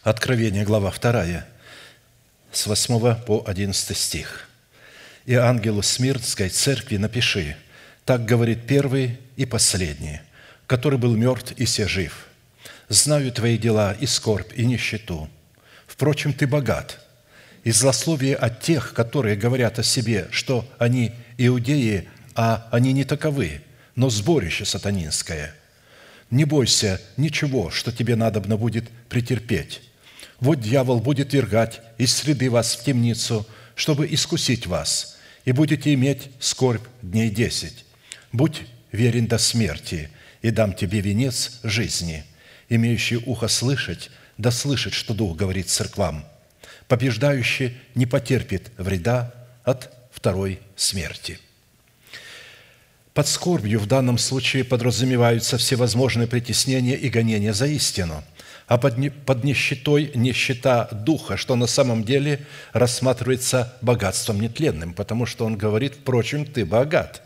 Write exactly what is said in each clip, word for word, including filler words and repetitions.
Откровение, глава вторая, с восьмого по одиннадцатый стих. «И ангелу Смирнской церкви напиши: так говорит первый и последний, который был мертв и се жив. Знаю твои дела и скорбь, и нищету. Впрочем, ты богат, и злословие от тех, которые говорят о себе, что они иудеи, а они не таковы, но сборище сатанинское. Не бойся ничего, что тебе надобно будет претерпеть. Вот дьявол будет вергать из среды вас в темницу, чтобы искусить вас, и будете иметь скорбь дней десять. Будь верен до смерти, и дам тебе венец жизни. Имеющий ухо слышать, да слышит, что Дух говорит церквам. Побеждающий не потерпит вреда от второй смерти». Под скорбью в данном случае подразумеваются всевозможные притеснения и гонения за истину, а под, не, под нищетой нищета духа, что на самом деле рассматривается богатством нетленным, потому что он говорит: «Впрочем, ты богат».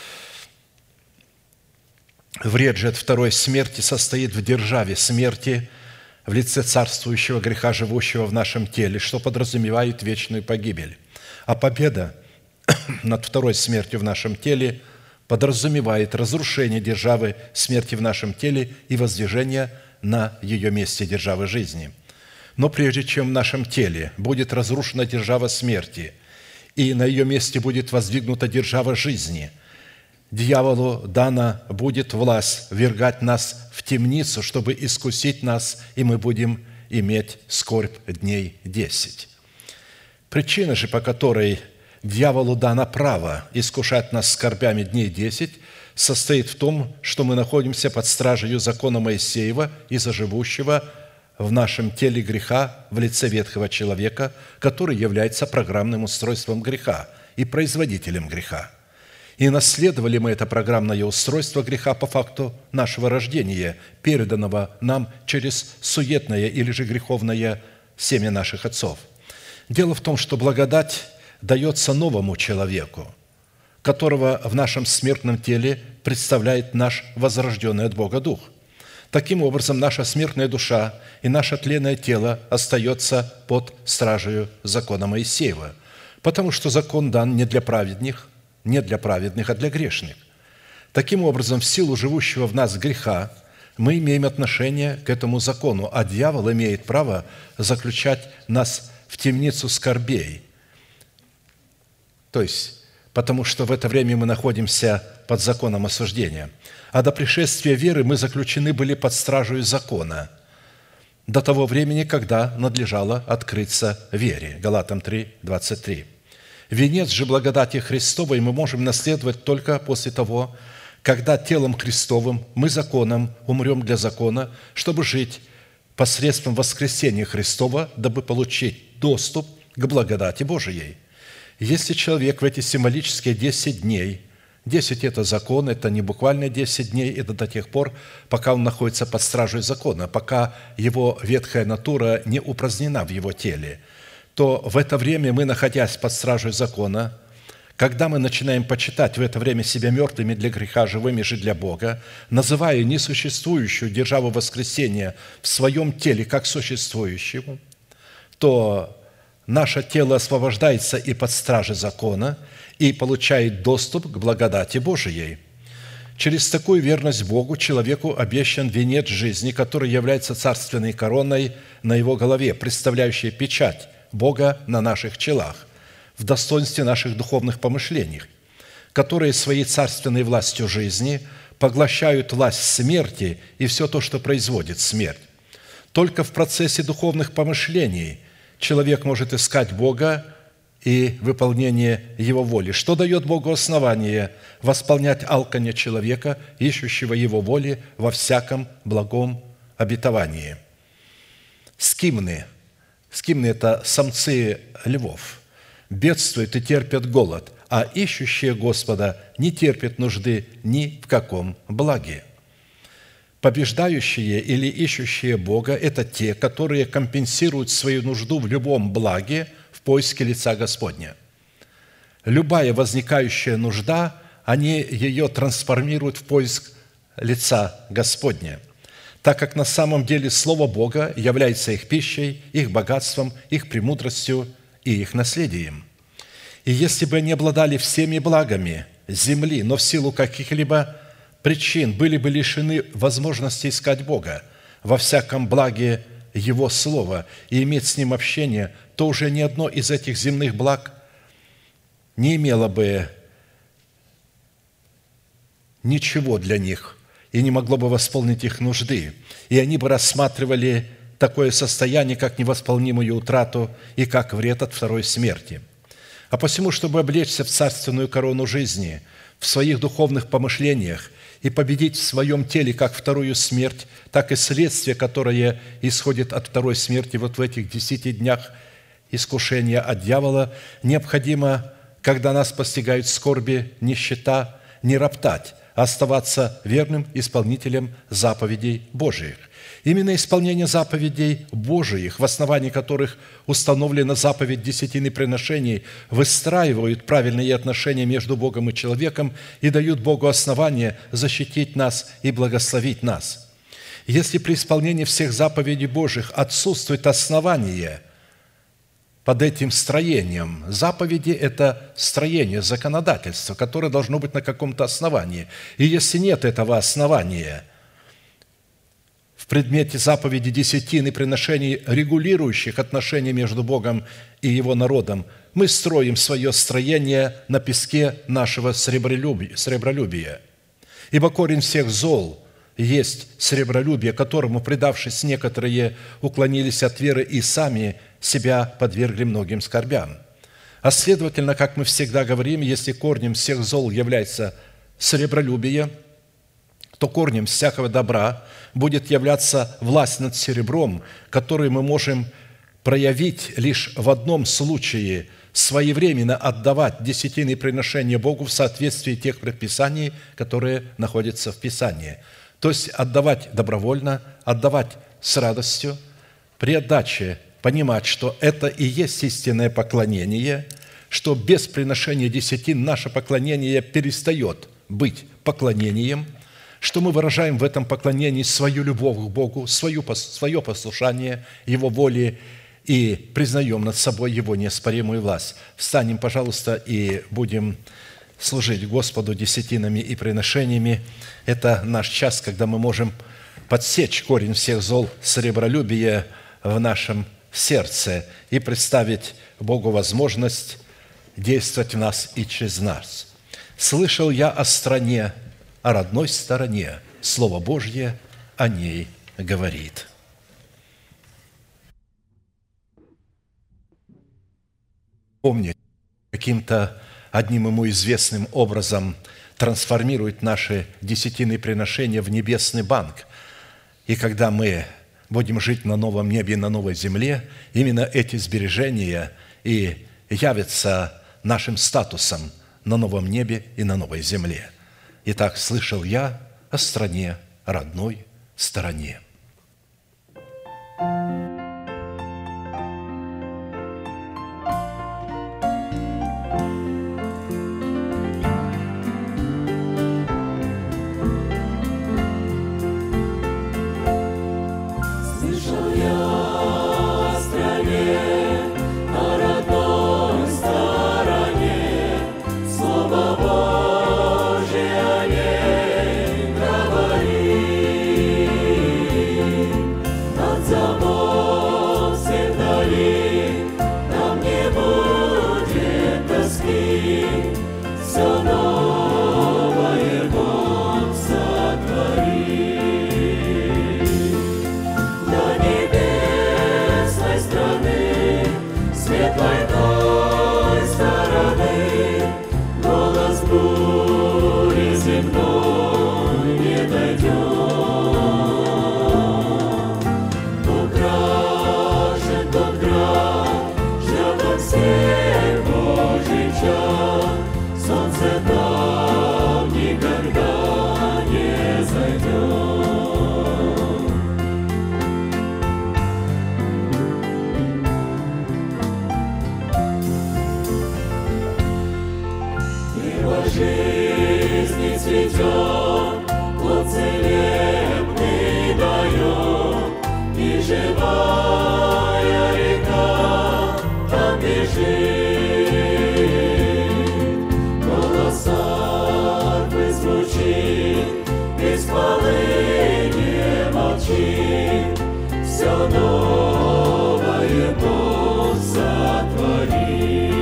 Вред же от второй смерти состоит в державе смерти в лице царствующего греха, живущего в нашем теле, что подразумевает вечную погибель. А победа над второй смертью в нашем теле подразумевает разрушение державы смерти в нашем теле и воздвижение на ее месте державы жизни. Но прежде чем в нашем теле будет разрушена держава смерти и на ее месте будет воздвигнута держава жизни, дьяволу дана будет власть ввергать нас в темницу, чтобы искусить нас, и мы будем иметь скорбь дней десять. Причина же, по которой дьяволу дано право искушать нас скорбями дней десять, состоит в том, что мы находимся под стражей закона Моисеева из-за живущего в нашем теле греха в лице ветхого человека, который является программным устройством греха и производителем греха. И наследовали мы это программное устройство греха по факту нашего рождения, переданного нам через суетное или же греховное семя наших отцов. Дело в том, что благодать дается новому человеку, которого в нашем смертном теле представляет наш возрожденный от Бога Дух. Таким образом, наша смертная душа и наше тленное тело остается под стражей закона Моисеева, потому что закон дан не для праведных, не для праведных, а для грешных. Таким образом, в силу живущего в нас греха мы имеем отношение к этому закону, а дьявол имеет право заключать нас в темницу скорбей. То есть, потому что в это время мы находимся под законом осуждения. А до пришествия веры мы заключены были под стражей закона до того времени, когда надлежало открыться вере. Галатам три, двадцать три. Венец же благодати Христовой мы можем наследовать только после того, когда телом Христовым мы законом умрем для закона, чтобы жить посредством воскресения Христова, дабы получить доступ к благодати Божией. Если человек в эти символические десять дней, десять – это закон, это не буквально десять дней, это до тех пор, пока он находится под стражей закона, пока его ветхая натура не упразднена в его теле, то в это время мы, находясь под стражей закона, когда мы начинаем почитать в это время себя мертвыми для греха, живыми же для Бога, называя несуществующую державу воскресения в своем теле как существующему, то наше тело освобождается и под стражей закона и получает доступ к благодати Божией. Через такую верность Богу человеку обещан венец жизни, который является царственной короной на его голове, представляющей печать Бога на наших челах, в достоинстве наших духовных помышлений, которые своей царственной властью жизни поглощают власть смерти и все то, что производит смерть. Только в процессе духовных помышлений человек может искать Бога и выполнение Его воли, что дает Богу основание восполнять алканье человека, ищущего Его воли во всяком благом обетовании. Скимны, скимны – это самцы львов, бедствуют и терпят голод, а ищущие Господа не терпят нужды ни в каком благе. Побеждающие или ищущие Бога – это те, которые компенсируют свою нужду в любом благе в поиске лица Господня. Любая возникающая нужда, они ее трансформируют в поиск лица Господня. так как на самом деле Слово Бога является их пищей, их богатством, их премудростью и их наследием. И если бы они обладали всеми благами земли, но в силу каких-либо причин были бы лишены возможности искать Бога во всяком благе Его Слова и иметь с Ним общение, то уже ни одно из этих земных благ не имело бы ничего для них и не могло бы восполнить их нужды. И они бы рассматривали такое состояние, как невосполнимую утрату и как вред от второй смерти. А посему, чтобы облечься в царственную корону жизни, в своих духовных помышлениях и победить в своем теле как вторую смерть, так и следствие, которое исходит от второй смерти вот в этих десяти днях искушения от дьявола, необходимо, когда нас постигают скорби, нищета, не роптать, а оставаться верным исполнителем заповедей Божиих. Именно исполнение заповедей Божиих, в основании которых установлена заповедь десятины приношений, выстраивают правильные отношения между Богом и человеком и дают Богу основание защитить нас и благословить нас. Если при исполнении всех заповедей Божиих отсутствует основание под этим строением, заповеди – это строение, законодательство, которое должно быть на каком-то основании. И если нет этого основания в предмете заповеди десятины приношений, регулирующих отношения между Богом и Его народом, мы строим свое строение на песке нашего сребролюбия. Ибо корень всех зол есть сребролюбие, которому, предавшись, некоторые уклонились от веры и сами себя подвергли многим скорбям. А следовательно, как мы всегда говорим, если корнем всех зол является сребролюбие, то корнем всякого добра будет являться власть над серебром, которую мы можем проявить лишь в одном случае – своевременно отдавать десятины приношения Богу в соответствии тех предписаний, которые находятся в Писании. То есть отдавать добровольно, отдавать с радостью, при отдаче понимать, что это и есть истинное поклонение, что без приношения десятин наше поклонение перестает быть поклонением, что мы выражаем в этом поклонении свою любовь к Богу, свою, свое послушание Его воле и признаем над собой Его неоспоримую власть. Встанем, пожалуйста, и будем служить Господу десятинами и приношениями. Это наш час, когда мы можем подсечь корень всех зол сребролюбия в нашем сердце и представить Богу возможность действовать в нас и через нас. «Слышал я о стране, о родной стороне, Слово Божье о ней говорит». Помнить, каким-то одним ему известным образом трансформирует наши десятины приношения в небесный банк. И когда мы будем жить на новом небе и на новой земле, именно эти сбережения и явятся нашим статусом на новом небе и на новой земле. Итак, слышал я о стране, родной стороне. Божье о ней говорит. молчи, все новое Бог сотвори.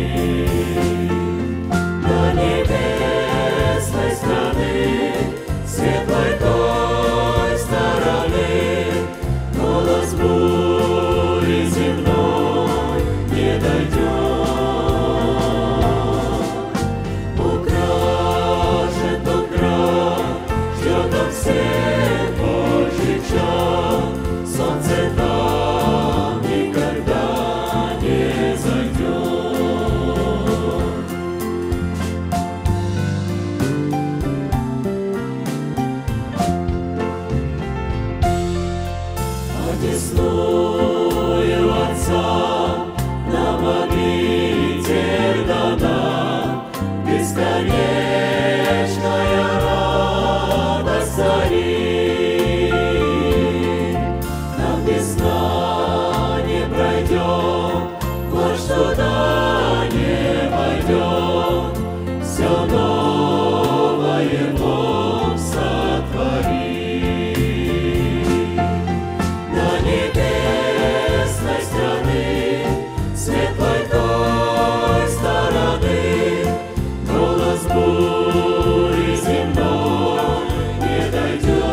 На небесной страны, светлой той стороны, голос бури земной не дойдет. Украшен тот град, ждет он всех Божьих чад, солнце там никогда не зайдет. Одесную Отца нам обитель дана, бесконечная радость царит. Нам весна не пройдет, ночь туда не войдет, все новое Бог сотворит. На небесной страны, светлой той стороны, голос бури земной не дойдет.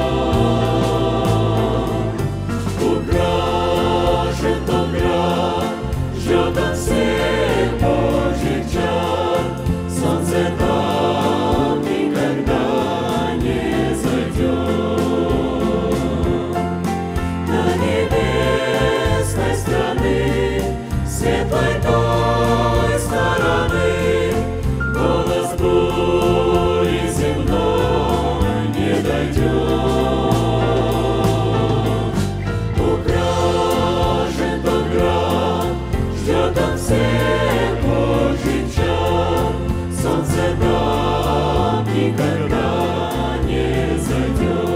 Украшен тот град, ждет он всех Божьих чад, солнце там никогда не зайдет. На небесной страны, светлой той стороны, голос бури земной не дойдет. Украшен тот град, ждет он всех Божьих чад, солнце там никогда не зайдет.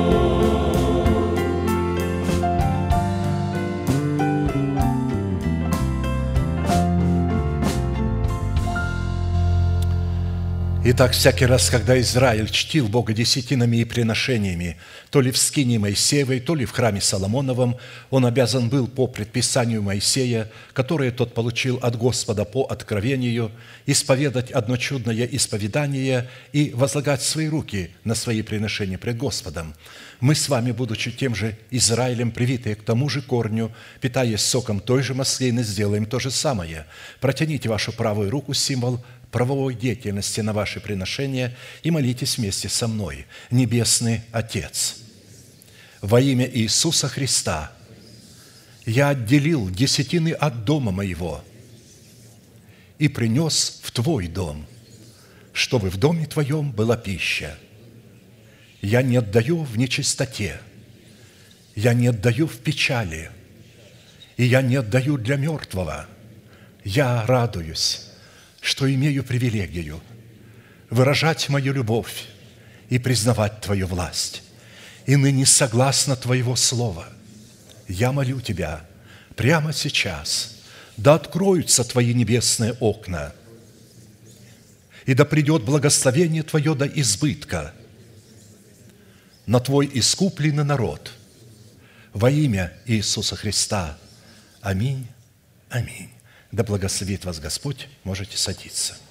Итак, всякий раз, когда Израиль чтил Бога десятинами и приношениями, то ли в скинии Моисеевой, то ли в храме Соломоновом, он обязан был по предписанию Моисея, которое тот получил от Господа по откровению, исповедать одно чудное исповедание и возлагать свои руки на свои приношения пред Господом. Мы с вами, будучи тем же Израилем, привитые к тому же корню, питаясь соком той же маслины, сделаем то же самое. Протяните вашу правую руку, символ правовой деятельности на ваши приношения, и молитесь вместе со мной. Небесный Отец, во имя Иисуса Христа я отделил десятины от дома моего и принес в Твой дом, чтобы в доме Твоем была пища. Я не отдаю в нечистоте, я не отдаю в печали, и я не отдаю для мертвого. Я радуюсь, что имею привилегию выражать мою любовь и признавать Твою власть. И ныне согласно Твоего слова я молю Тебя прямо сейчас, да откроются Твои небесные окна, и да придет благословение Твое до избытка на Твой искупленный народ во имя Иисуса Христа. Аминь. Аминь. Да благословит вас Господь. Можете садиться.